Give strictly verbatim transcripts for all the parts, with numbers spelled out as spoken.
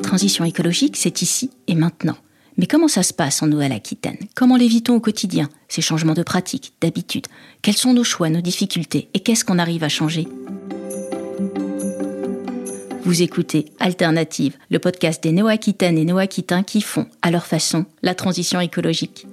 transition écologique, c'est ici et maintenant. Mais comment ça se passe en Nouvelle-Aquitaine ? Comment les vit-on au quotidien, ces changements de pratiques, d'habitudes ? Quels sont nos choix, nos difficultés ? Et qu'est-ce qu'on arrive à changer ? Vous écoutez Alternative, le podcast des Néo-Aquitaines et Néo-Aquitains qui font, à leur façon, la transition écologique.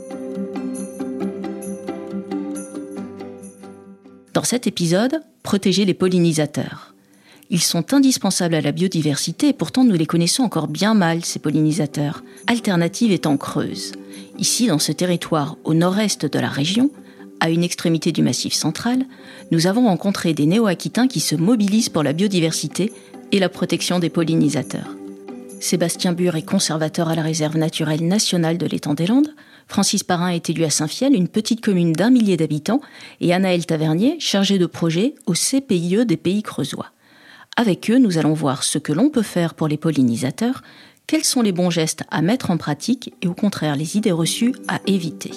Dans cet épisode, protéger les pollinisateurs. Ils sont indispensables à la biodiversité et pourtant nous les connaissons encore bien mal, ces pollinisateurs. Alternative est en Creuse. Ici, dans ce territoire au nord-est de la région, à une extrémité du Massif central, nous avons rencontré des néo-aquitains qui se mobilisent pour la biodiversité et la protection des pollinisateurs. Sébastien Bure est conservateur à la réserve naturelle nationale de l'étang des Landes, Francis Parrain est élu à Saint-Fiel, une petite commune d'un millier d'habitants, et Anaëlle Tavernier, chargée de projet au C P I E des Pays Creusois. Avec eux, nous allons voir ce que l'on peut faire pour les pollinisateurs, quels sont les bons gestes à mettre en pratique et au contraire les idées reçues à éviter.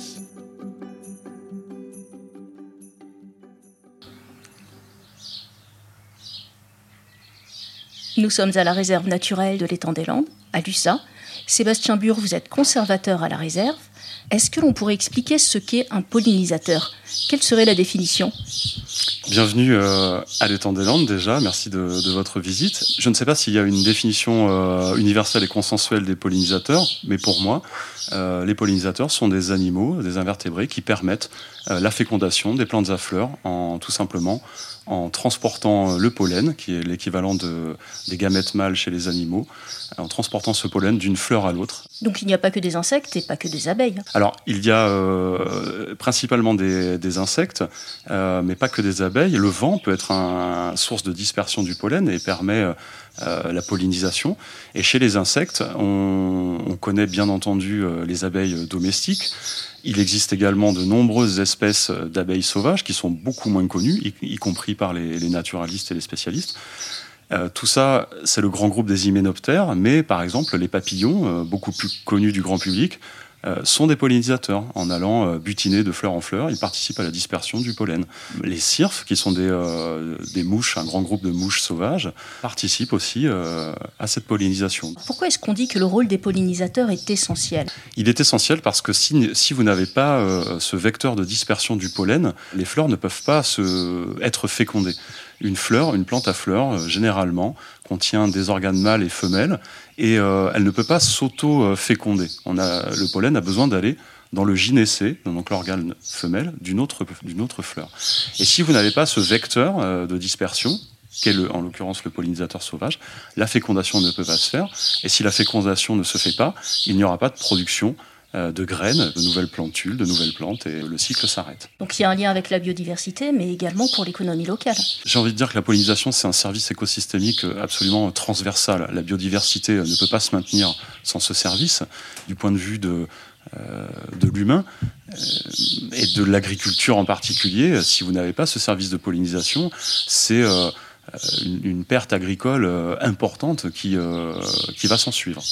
Nous sommes à la réserve naturelle de l'étang des Landes, à Lussat. Sébastien Bure, vous êtes conservateur à la réserve. Est-ce que l'on pourrait expliquer ce qu'est un pollinisateur ? Quelle serait la définition ? Bienvenue euh, à l'étang des Landes déjà, merci de, de votre visite. Je ne sais pas s'il y a une définition euh, universelle et consensuelle des pollinisateurs, mais pour moi, euh, les pollinisateurs sont des animaux, des invertébrés qui permettent euh, la fécondation des plantes à fleurs en tout simplement en transportant le pollen, qui est l'équivalent de, des gamètes mâles chez les animaux, en transportant ce pollen d'une fleur à l'autre. Donc il n'y a pas que des insectes et pas que des abeilles. Alors il y a euh, principalement des, des insectes, euh, mais pas que des abeilles. Le vent peut être une source de dispersion du pollen et permet euh, la pollinisation. Et chez les insectes, on, on connaît bien entendu euh, les abeilles domestiques. Il existe également de nombreuses espèces d'abeilles sauvages qui sont beaucoup moins connues, y, y compris par les, les naturalistes et les spécialistes. Euh, tout ça, c'est le grand groupe des hyménoptères, mais par exemple, les papillons, euh, beaucoup plus connus du grand public, euh, sont des pollinisateurs. En allant euh, butiner de fleur en fleur, ils participent à la dispersion du pollen. Les cirfes, qui sont des, euh, des mouches, un grand groupe de mouches sauvages, participent aussi euh, à cette pollinisation. Pourquoi est-ce qu'on dit que le rôle des pollinisateurs est essentiel ? Il est essentiel parce que si, si vous n'avez pas euh, ce vecteur de dispersion du pollen, les fleurs ne peuvent pas se, être fécondées. Une fleur, une plante à fleurs, euh, généralement, contient des organes mâles et femelles, et euh, elle ne peut pas s'auto-féconder. On a, le pollen a besoin d'aller dans le gynécée, donc l'organe femelle, d'une autre, d'une autre fleur. Et si vous n'avez pas ce vecteur euh, de dispersion, qu'est le, en l'occurrence le pollinisateur sauvage, la fécondation ne peut pas se faire, et si la fécondation ne se fait pas, il n'y aura pas de production de graines, de nouvelles plantules, de nouvelles plantes, et le cycle s'arrête. Donc il y a un lien avec la biodiversité, mais également pour l'économie locale. J'ai envie de dire que la pollinisation, c'est un service écosystémique absolument transversal. La biodiversité ne peut pas se maintenir sans ce service, du point de vue de, euh, de l'humain, euh, et de l'agriculture en particulier. Si vous n'avez pas ce service de pollinisation, c'est euh, une, une perte agricole euh, importante qui, euh, qui va s'en suivre.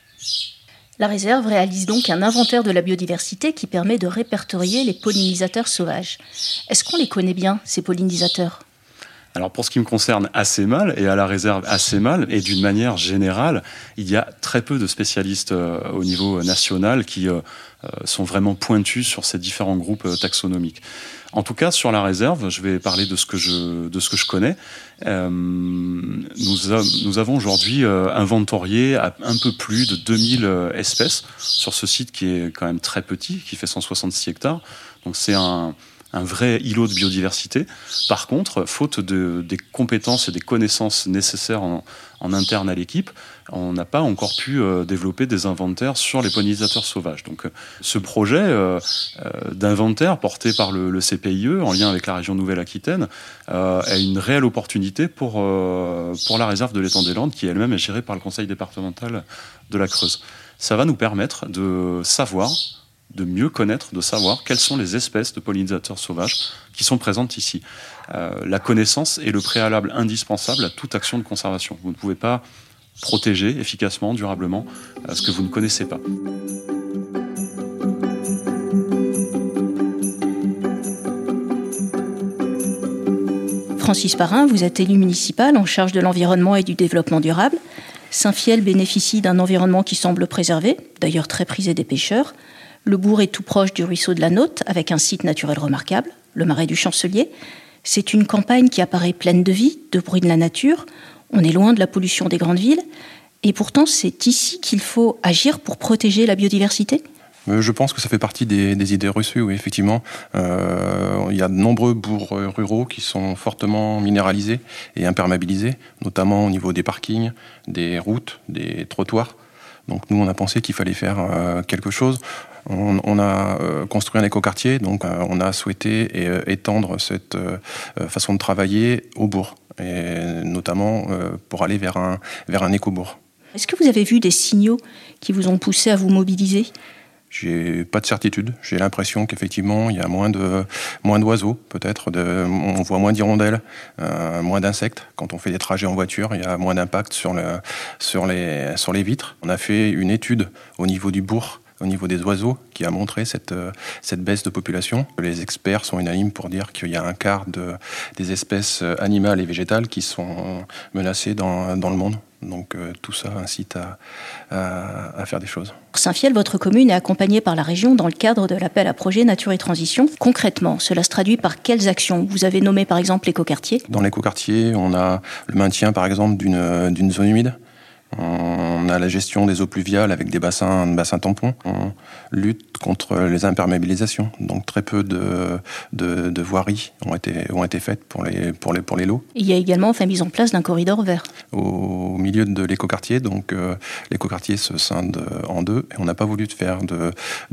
La réserve réalise donc un inventaire de la biodiversité qui permet de répertorier les pollinisateurs sauvages. Est-ce qu'on les connaît bien, ces pollinisateurs ? Alors pour ce qui me concerne, assez mal, et à la réserve assez mal, et d'une manière générale, il y a très peu de spécialistes euh, au niveau national qui euh, sont vraiment pointus sur ces différents groupes euh, taxonomiques. En tout cas, sur la réserve, je vais parler de ce que je, de ce que je connais. Euh, nous, a, nous avons aujourd'hui euh, inventorié à un peu plus de deux mille euh, espèces sur ce site qui est quand même très petit, qui fait cent soixante-six hectares. Donc c'est un... un vrai îlot de biodiversité. Par contre, faute de, des compétences et des connaissances nécessaires en, en interne à l'équipe, on n'a pas encore pu euh, développer des inventaires sur les pollinisateurs sauvages. Donc, euh, ce projet euh, euh, d'inventaire porté par le, le C P I E, en lien avec la région Nouvelle-Aquitaine, euh, est une réelle opportunité pour, euh, pour la réserve de l'étang des Landes, qui elle-même est gérée par le conseil départemental de la Creuse. Ça va nous permettre de savoir de mieux connaître, de savoir quelles sont les espèces de pollinisateurs sauvages qui sont présentes ici. Euh, la connaissance est le préalable indispensable à toute action de conservation. Vous ne pouvez pas protéger efficacement, durablement, euh, ce que vous ne connaissez pas. Francis Parrain, vous êtes élu municipal en charge de l'environnement et du développement durable. Saint-Fiel bénéficie d'un environnement qui semble préservé, d'ailleurs très prisé des pêcheurs. Le bourg est tout proche du ruisseau de la Naute, avec un site naturel remarquable, le marais du Chancelier. C'est une campagne qui apparaît pleine de vie, de bruit de la nature. On est loin de la pollution des grandes villes. Et pourtant, c'est ici qu'il faut agir pour protéger la biodiversité ? Je pense que ça fait partie des, des idées reçues, oui, effectivement. Euh, il y a de nombreux bourgs ruraux qui sont fortement minéralisés et imperméabilisés, notamment au niveau des parkings, des routes, des trottoirs. Donc nous, on a pensé qu'il fallait faire euh, quelque chose. On, on a euh, construit un écoquartier, donc euh, on a souhaité et, euh, étendre cette euh, façon de travailler au bourg, et notamment euh, pour aller vers un, vers un écobourg. Est-ce que vous avez vu des signaux qui vous ont poussé à vous mobiliser ? J'ai pas de certitude. J'ai l'impression qu'effectivement, il y a moins de moins d'oiseaux, peut-être. De, on voit moins d'hirondelles, euh, moins d'insectes. Quand on fait des trajets en voiture, il y a moins d'impact sur le sur les sur les vitres. On a fait une étude au niveau du bourg, au niveau des oiseaux, qui a montré cette cette baisse de population. Les experts sont unanimes pour dire qu'il y a un quart de des espèces animales et végétales qui sont menacées dans dans le monde. Donc euh, tout ça incite à, à, à faire des choses. Saint-Fiel, votre commune est accompagnée par la région dans le cadre de l'appel à projet Nature et Transition. Concrètement, cela se traduit par quelles actions ? Vous avez nommé par exemple l'écoquartier. Dans l'écoquartier, on a le maintien par exemple d'une, d'une zone humide. On a la gestion des eaux pluviales avec des bassins, bassins tampons. On lutte contre les imperméabilisations. Donc très peu de, de, de voiries ont été, ont été faites pour les, pour les, pour les lots. Il y a également enfin, mise en place d'un corridor vert. Au milieu de l'écoquartier, donc euh, l'écoquartier se scinde en deux et on n'a pas voulu faire de,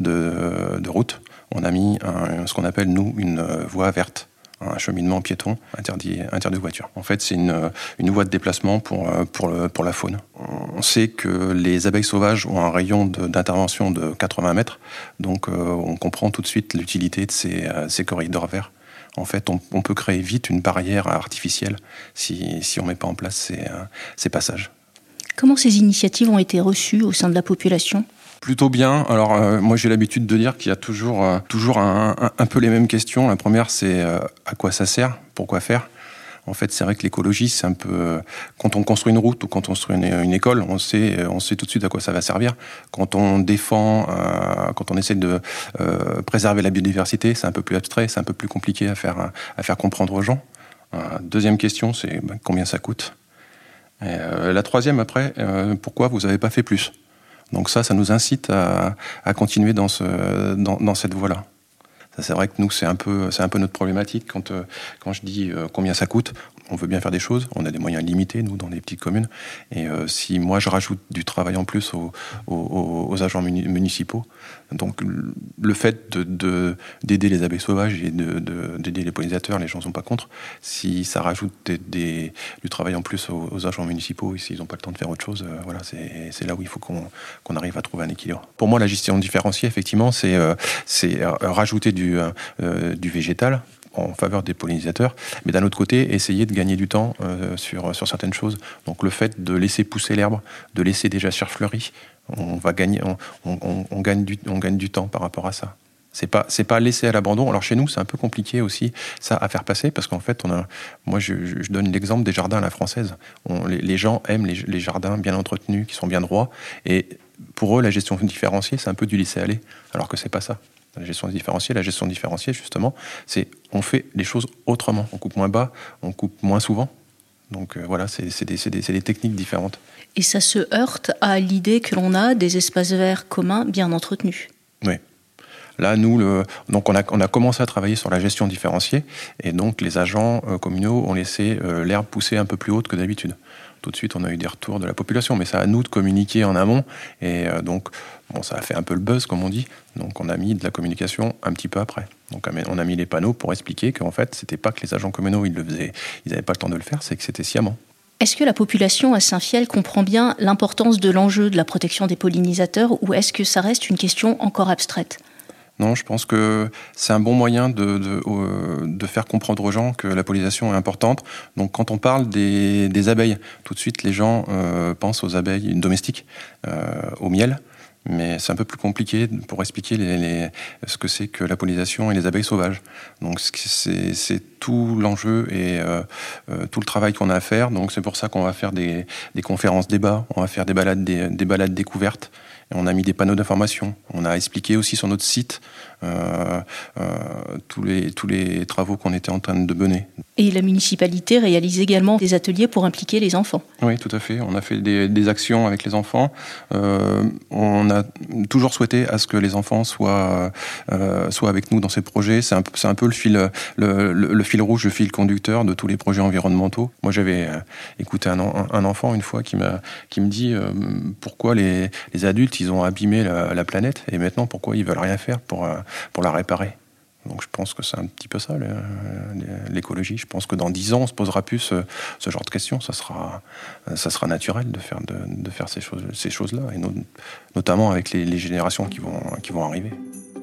de, de route. On a mis un, ce qu'on appelle, nous, une voie verte. Un cheminement piéton interdit, interdit aux voitures. En fait, c'est une, une voie de déplacement pour, pour, le, pour la faune. On sait que les abeilles sauvages ont un rayon de, d'intervention de quatre-vingts mètres, donc euh, on comprend tout de suite l'utilité de ces, ces corridors verts. En fait, on, on peut créer vite une barrière artificielle si, si on ne met pas en place ces, ces passages. Comment ces initiatives ont été reçues au sein de la population ? Plutôt bien. Alors euh, moi j'ai l'habitude de dire qu'il y a toujours euh, toujours un, un, un peu les mêmes questions. La première c'est euh, à quoi ça sert, pourquoi faire. En fait c'est vrai que l'écologie c'est un peu euh, quand on construit une route ou quand on construit une, une école, on sait on sait tout de suite à quoi ça va servir. Quand on défend, euh, quand on essaie de euh, préserver la biodiversité, c'est un peu plus abstrait, c'est un peu plus compliqué à faire à faire comprendre aux gens. Euh, deuxième question c'est ben, combien ça coûte. Et, euh, la troisième après euh, pourquoi vous avez pas fait plus. Donc ça, ça nous incite à, à continuer dans, ce, dans, dans cette voie-là. Ça, c'est vrai que nous, c'est un peu, c'est un peu notre problématique. Quand, euh, quand je dis euh, combien ça coûte, on veut bien faire des choses. On a des moyens limités, nous, dans des petites communes. Et euh, si moi, je rajoute du travail en plus aux, aux, aux agents municipaux, donc le fait de, de, d'aider les abeilles sauvages et de, de, d'aider les pollinisateurs, les gens ne sont pas contre. Si ça rajoute des, des, du travail en plus aux, aux agents municipaux et s'ils n'ont pas le temps de faire autre chose, euh, voilà, c'est, c'est là où il faut qu'on, qu'on arrive à trouver un équilibre. Pour moi, la gestion différenciée, effectivement, c'est, euh, c'est euh, rajouter du, euh, du végétal en faveur des pollinisateurs, mais d'un autre côté, essayer de gagner du temps euh, sur, sur certaines choses. Donc le fait de laisser pousser l'herbe, de laisser des jachères fleuries, on va gagner, on, on, on, gagne du, on gagne du temps par rapport à ça. C'est pas, c'est pas laissé à l'abandon. Alors chez nous, c'est un peu compliqué aussi ça à faire passer parce qu'en fait, on a, moi, je, je donne l'exemple des jardins à la française. On, les, les gens aiment les, les jardins bien entretenus, qui sont bien droits, et pour eux, la gestion différenciée, c'est un peu du laisser aller, alors que c'est pas ça. La gestion différenciée, la gestion différenciée, justement, c'est on fait les choses autrement. On coupe moins bas, on coupe moins souvent. Donc euh, voilà, c'est, c'est, des, c'est, des, c'est des techniques différentes. Et ça se heurte à l'idée que l'on a des espaces verts communs bien entretenus. Oui. Là, nous, le, donc on a, on a commencé à travailler sur la gestion différenciée, et donc les agents euh, communaux ont laissé euh, l'herbe pousser un peu plus haute que d'habitude. Tout de suite, on a eu des retours de la population, mais c'est à nous de communiquer en amont, et euh, donc bon, ça a fait un peu le buzz, comme on dit. Donc on a mis de la communication un petit peu après. Donc on a mis les panneaux pour expliquer qu'en fait, c'était pas que les agents communaux ils le faisaient, ils n'avaient pas le temps de le faire, c'est que c'était sciemment. Est-ce que la population à Saint-Fiel comprend bien l'importance de l'enjeu de la protection des pollinisateurs, ou est-ce que ça reste une question encore abstraite ? Non, je pense que c'est un bon moyen de, de, euh, de faire comprendre aux gens que la pollinisation est importante. Donc quand on parle des, des abeilles, tout de suite les gens euh, pensent aux abeilles domestiques, euh, au miel. Mais c'est un peu plus compliqué pour expliquer les, les, ce que c'est que la pollinisation et les abeilles sauvages. Donc c'est, c'est tout l'enjeu et euh, euh, tout le travail qu'on a à faire. Donc c'est pour ça qu'on va faire des, des conférences débats, on va faire des balades, des, des balades découvertes. Et on a mis des panneaux d'information. On a expliqué aussi sur notre site euh, euh, tous, les, tous les travaux qu'on était en train de mener. Et la municipalité réalise également des ateliers pour impliquer les enfants. Oui, tout à fait. On a fait des, des actions avec les enfants. Euh, on a toujours souhaité à ce que les enfants soient, euh, soient avec nous dans ces projets. C'est un, c'est un peu le fil, le, le, le fil rouge, le fil conducteur de tous les projets environnementaux. Moi, j'avais euh, écouté un, un enfant une fois qui, m'a, qui me dit euh, pourquoi les, les adultes ils ont abîmé la, la planète et maintenant pourquoi ils veulent rien faire pour, pour la réparer. Donc je pense que c'est un petit peu ça l'écologie. Je pense que dans dix ans on se posera plus ce, ce genre de questions. Ça sera, ça sera naturel de faire, de, de faire ces choses, ces choses-là, et no, notamment avec les, les générations qui vont, qui vont arriver.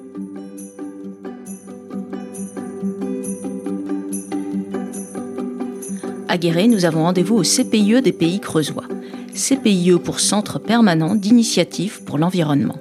À Guéret, nous avons rendez-vous au C P I E des Pays Creusois. C P I E pour Centre permanent d'initiative pour l'environnement.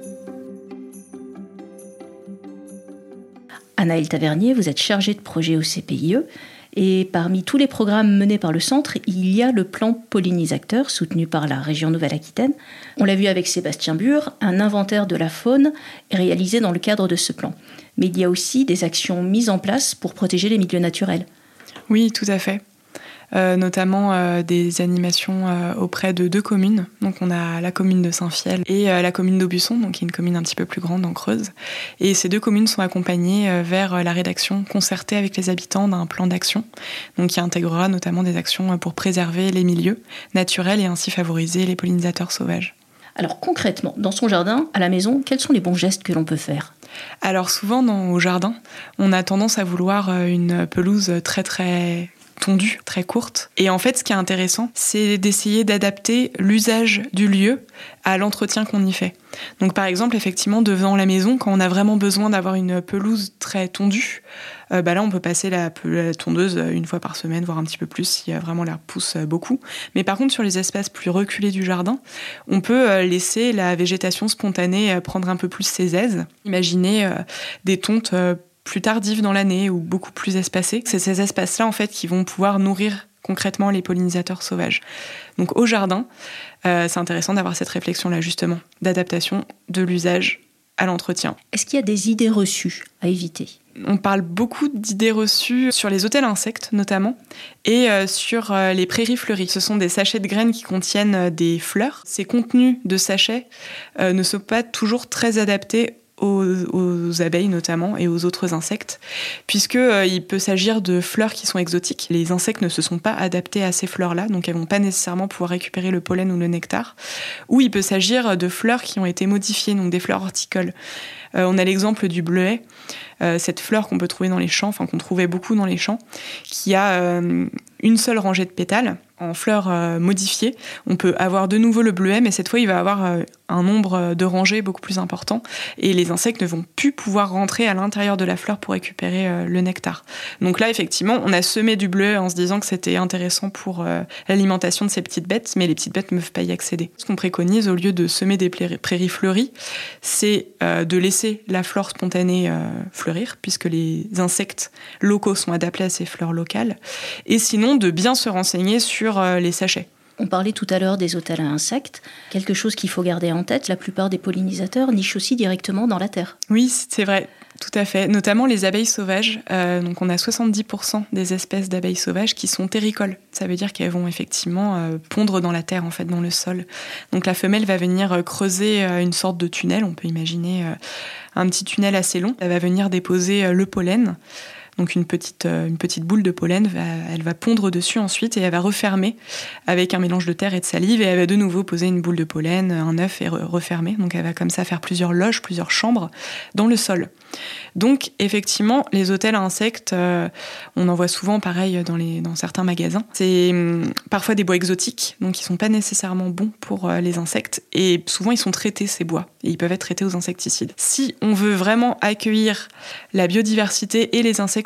Anaëlle Tavernier, vous êtes chargée de projet au C P I E et parmi tous les programmes menés par le centre, il y a le plan Pollinisateur soutenu par la région Nouvelle-Aquitaine. On l'a vu avec Sébastien Bure, un inventaire de la faune est réalisé dans le cadre de ce plan. Mais il y a aussi des actions mises en place pour protéger les milieux naturels. Oui, tout à fait. Euh, notamment euh, des animations euh, auprès de deux communes. Donc on a la commune de Saint-Fiel et euh, la commune d'Aubusson, donc qui est une commune un petit peu plus grande en Creuse. Et ces deux communes sont accompagnées euh, vers la rédaction concertée avec les habitants d'un plan d'action, donc qui intégrera notamment des actions pour préserver les milieux naturels et ainsi favoriser les pollinisateurs sauvages. Alors concrètement, dans son jardin, à la maison, quels sont les bons gestes que l'on peut faire ? Alors souvent dans, au jardin, on a tendance à vouloir une pelouse très très tondue, très courte. Et en fait, ce qui est intéressant, c'est d'essayer d'adapter l'usage du lieu à l'entretien qu'on y fait. Donc par exemple, effectivement, devant la maison, quand on a vraiment besoin d'avoir une pelouse très tondue, euh, bah là, on peut passer la, la tondeuse une fois par semaine, voire un petit peu plus, si vraiment l'herbe pousse beaucoup. Mais par contre, sur les espaces plus reculés du jardin, on peut laisser la végétation spontanée prendre un peu plus ses aises. Imaginez euh, des tontes euh, plus tardives dans l'année ou beaucoup plus espacées. C'est ces espaces-là, en fait, qui vont pouvoir nourrir concrètement les pollinisateurs sauvages. Donc au jardin, euh, c'est intéressant d'avoir cette réflexion-là, justement, d'adaptation de l'usage à l'entretien. Est-ce qu'il y a des idées reçues à éviter ? On parle beaucoup d'idées reçues sur les hôtels insectes, notamment, et euh, sur euh, les prairies fleuries. Ce sont des sachets de graines qui contiennent euh, des fleurs. Ces contenus de sachets euh, ne sont pas toujours très adaptés Aux, aux abeilles notamment et aux autres insectes, puisque euh, il peut s'agir de fleurs qui sont exotiques. Les insectes ne se sont pas adaptés à ces fleurs-là, donc elles vont pas nécessairement pouvoir récupérer le pollen ou le nectar. Ou il peut s'agir de fleurs qui ont été modifiées, donc des fleurs horticoles. Euh, on a l'exemple du bleuet, euh, cette fleur qu'on peut trouver dans les champs, enfin qu'on trouvait beaucoup dans les champs, qui a euh, une seule rangée de pétales en fleurs euh, modifiées. On peut avoir de nouveau le bleuet, mais cette fois il va avoir euh, un nombre de rangées beaucoup plus important et les insectes ne vont plus pouvoir rentrer à l'intérieur de la fleur pour récupérer euh, le nectar. Donc là effectivement on a semé du bleuet en se disant que c'était intéressant pour euh, l'alimentation de ces petites bêtes, mais les petites bêtes ne peuvent pas y accéder. Ce qu'on préconise au lieu de semer des prairies fleuries, c'est euh, de laisser la flore spontanée euh, fleurir, puisque les insectes locaux sont adaptés à ces fleurs locales, et sinon de bien se renseigner sur les sachets. On parlait tout à l'heure des hôtels à insectes. Quelque chose qu'il faut garder en tête, la plupart des pollinisateurs nichent aussi directement dans la terre. Oui, c'est vrai, tout à fait. Notamment les abeilles sauvages. Euh, donc on a soixante-dix pour cent des espèces d'abeilles sauvages qui sont terricoles. Ça veut dire qu'elles vont effectivement euh, pondre dans la terre, en fait, dans le sol. Donc la femelle va venir creuser euh, une sorte de tunnel. On peut imaginer euh, un petit tunnel assez long. Elle va venir déposer euh, le pollen. Donc une petite, euh, une petite boule de pollen, va, elle va pondre dessus ensuite et elle va refermer avec un mélange de terre et de salive et elle va de nouveau poser une boule de pollen, un œuf et re- refermer. Donc elle va comme ça faire plusieurs loges, plusieurs chambres dans le sol. Donc effectivement, les hôtels à insectes, euh, on en voit souvent pareil dans, les, dans certains magasins. C'est hum, parfois des bois exotiques, donc ils sont pas nécessairement bons pour euh, les insectes et souvent ils sont traités ces bois et ils peuvent être traités aux insecticides. Si on veut vraiment accueillir la biodiversité et les insectes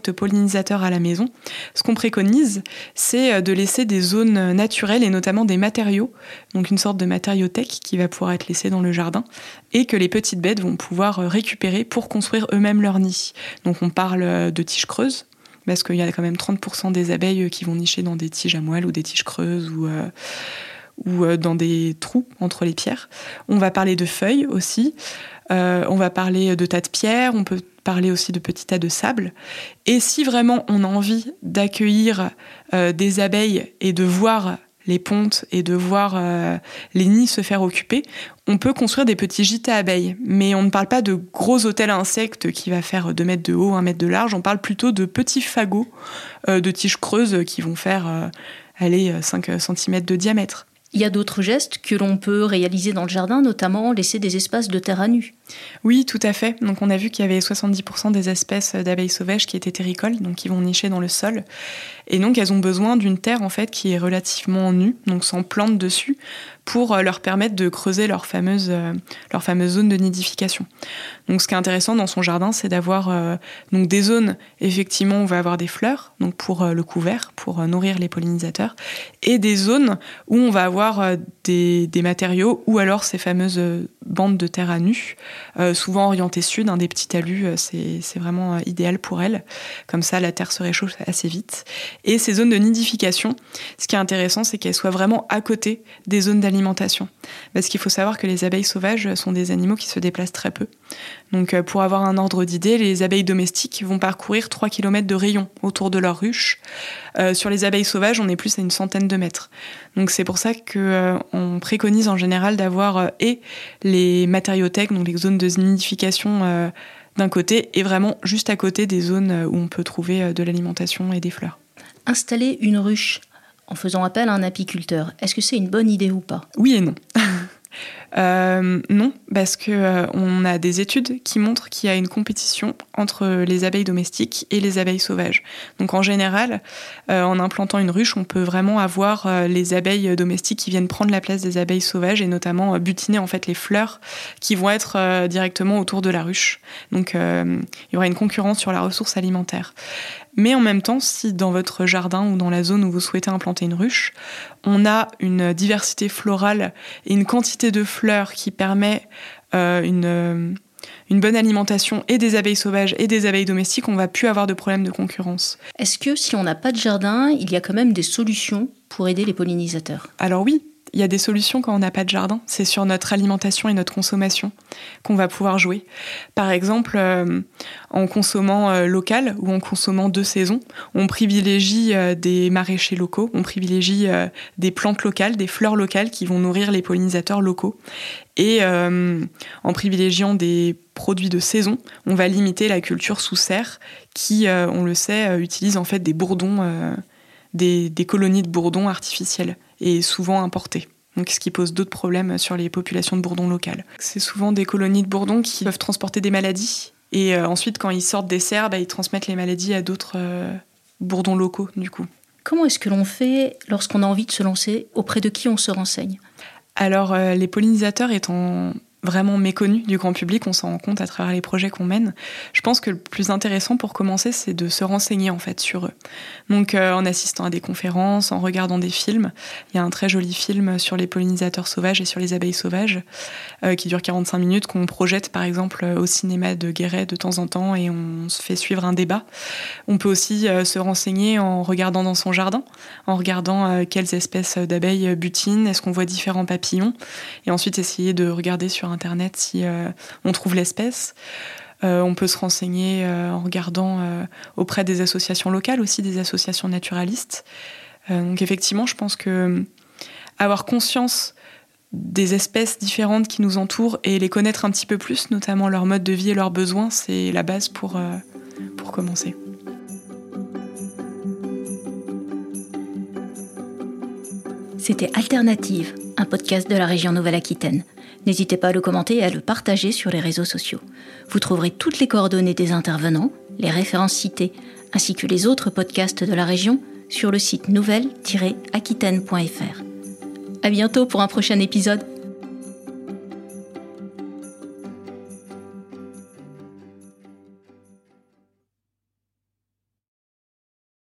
insectes pollinisateurs à la maison, ce qu'on préconise, c'est de laisser des zones naturelles et notamment des matériaux, donc une sorte de matériothèque qui va pouvoir être laissée dans le jardin et que les petites bêtes vont pouvoir récupérer pour construire eux-mêmes leur nid. Donc on parle de tiges creuses, parce qu'il y a quand même trente pour cent des abeilles qui vont nicher dans des tiges à moelle ou des tiges creuses ou, euh, ou euh, dans des trous entre les pierres. On va parler de feuilles aussi, euh, on va parler de tas de pierres, on peut parler aussi de petits tas de sable. Et si vraiment on a envie d'accueillir euh, des abeilles et de voir les pontes et de voir euh, les nids se faire occuper, on peut construire des petits gîtes à abeilles. Mais on ne parle pas de gros hôtels à insectes qui va faire deux mètres de haut, un mètre de large. On parle plutôt de petits fagots euh, de tiges creuses qui vont faire euh, aller cinq centimètres de diamètre. Il y a d'autres gestes que l'on peut réaliser dans le jardin, notamment laisser des espaces de terre à nu. Oui, tout à fait. Donc on a vu qu'il y avait soixante-dix pour cent des espèces d'abeilles sauvages qui étaient terricoles, donc qui vont nicher dans le sol. Et donc elles ont besoin d'une terre en fait qui est relativement nue, donc sans plantes dessus, pour leur permettre de creuser leur fameuse, euh, leur fameuse zone de nidification. Donc ce qui est intéressant dans son jardin, c'est d'avoir euh, donc des zones, effectivement, où on va avoir des fleurs, donc pour euh, le couvert, pour euh, nourrir les pollinisateurs, et des zones où on va avoir euh, des, des matériaux, ou alors ces fameuses euh, bandes de terre à nu, euh, souvent orientées sud, hein, des petits talus, euh, c'est, c'est vraiment euh, idéal pour elles. Comme ça, la terre se réchauffe assez vite. Et ces zones de nidification, ce qui est intéressant, c'est qu'elles soient vraiment à côté des zones d'alimentation. Parce qu'il faut savoir que les abeilles sauvages sont des animaux qui se déplacent très peu. Donc pour avoir un ordre d'idée, les abeilles domestiques vont parcourir trois kilomètres de rayon autour de leur ruche. Euh, sur les abeilles sauvages, on est plus à une centaine de mètres. Donc c'est pour ça qu'on euh, préconise en général d'avoir euh, et les matériothèques, donc les zones de nidification euh, d'un côté, et vraiment juste à côté des zones où on peut trouver euh, de l'alimentation et des fleurs. Installer une ruche en faisant appel à un apiculteur, est-ce que c'est une bonne idée ou pas ? Oui et non. Euh, non, parce que euh, on a des études qui montrent qu'il y a une compétition entre les abeilles domestiques et les abeilles sauvages. Donc en général, euh, en implantant une ruche, on peut vraiment avoir euh, les abeilles domestiques qui viennent prendre la place des abeilles sauvages et notamment euh, butiner en fait les fleurs qui vont être euh, directement autour de la ruche. Donc euh, il y aura une concurrence sur la ressource alimentaire. Mais en même temps, si dans votre jardin ou dans la zone où vous souhaitez implanter une ruche, on a une diversité florale et une quantité de fleurs qui permet euh, une, euh, une bonne alimentation et des abeilles sauvages et des abeilles domestiques, on ne va plus avoir de problème de concurrence. Est-ce que si on n'a pas de jardin, il y a quand même des solutions pour aider les pollinisateurs ? Alors oui, il y a des solutions quand on n'a pas de jardin. C'est sur notre alimentation et notre consommation qu'on va pouvoir jouer. Par exemple, euh, en consommant euh, local ou en consommant de saison, on privilégie euh, des maraîchers locaux, on privilégie euh, des plantes locales, des fleurs locales qui vont nourrir les pollinisateurs locaux. Et euh, en privilégiant des produits de saison, on va limiter la culture sous serre qui, euh, on le sait, euh, utilise en fait des bourdons, euh, des, des colonies de bourdons artificielles et souvent importés. Donc, ce qui pose d'autres problèmes sur les populations de bourdons locales. C'est souvent des colonies de bourdons qui peuvent transporter des maladies et euh, ensuite, quand ils sortent des serres, bah, ils transmettent les maladies à d'autres euh, bourdons locaux, du coup. Comment est-ce que l'on fait lorsqu'on a envie de se lancer ? Auprès de qui on se renseigne ? Alors, euh, les pollinisateurs étant vraiment méconnus du grand public, on s'en rend compte à travers les projets qu'on mène. Je pense que le plus intéressant pour commencer, c'est de se renseigner en fait sur eux. Donc euh, en assistant à des conférences, en regardant des films. Il y a un très joli film sur les pollinisateurs sauvages et sur les abeilles sauvages euh, qui dure quarante-cinq minutes, qu'on projette par exemple au cinéma de Guéret de temps en temps et on se fait suivre un débat. On peut aussi euh, se renseigner en regardant dans son jardin, en regardant euh, quelles espèces d'abeilles butinent, est-ce qu'on voit différents papillons, et ensuite essayer de regarder sur Internet si euh, on trouve l'espèce. Euh, on peut se renseigner euh, en regardant euh, auprès des associations locales, aussi des associations naturalistes. Euh, donc effectivement, je pense que euh, avoir conscience des espèces différentes qui nous entourent et les connaître un petit peu plus, notamment leur mode de vie et leurs besoins, c'est la base pour, euh, pour commencer. C'était Alternative, un podcast de la région Nouvelle-Aquitaine. N'hésitez pas à le commenter et à le partager sur les réseaux sociaux. Vous trouverez toutes les coordonnées des intervenants, les références citées, ainsi que les autres podcasts de la région sur le site nouvelle tiret aquitaine point f r. À bientôt pour un prochain épisode.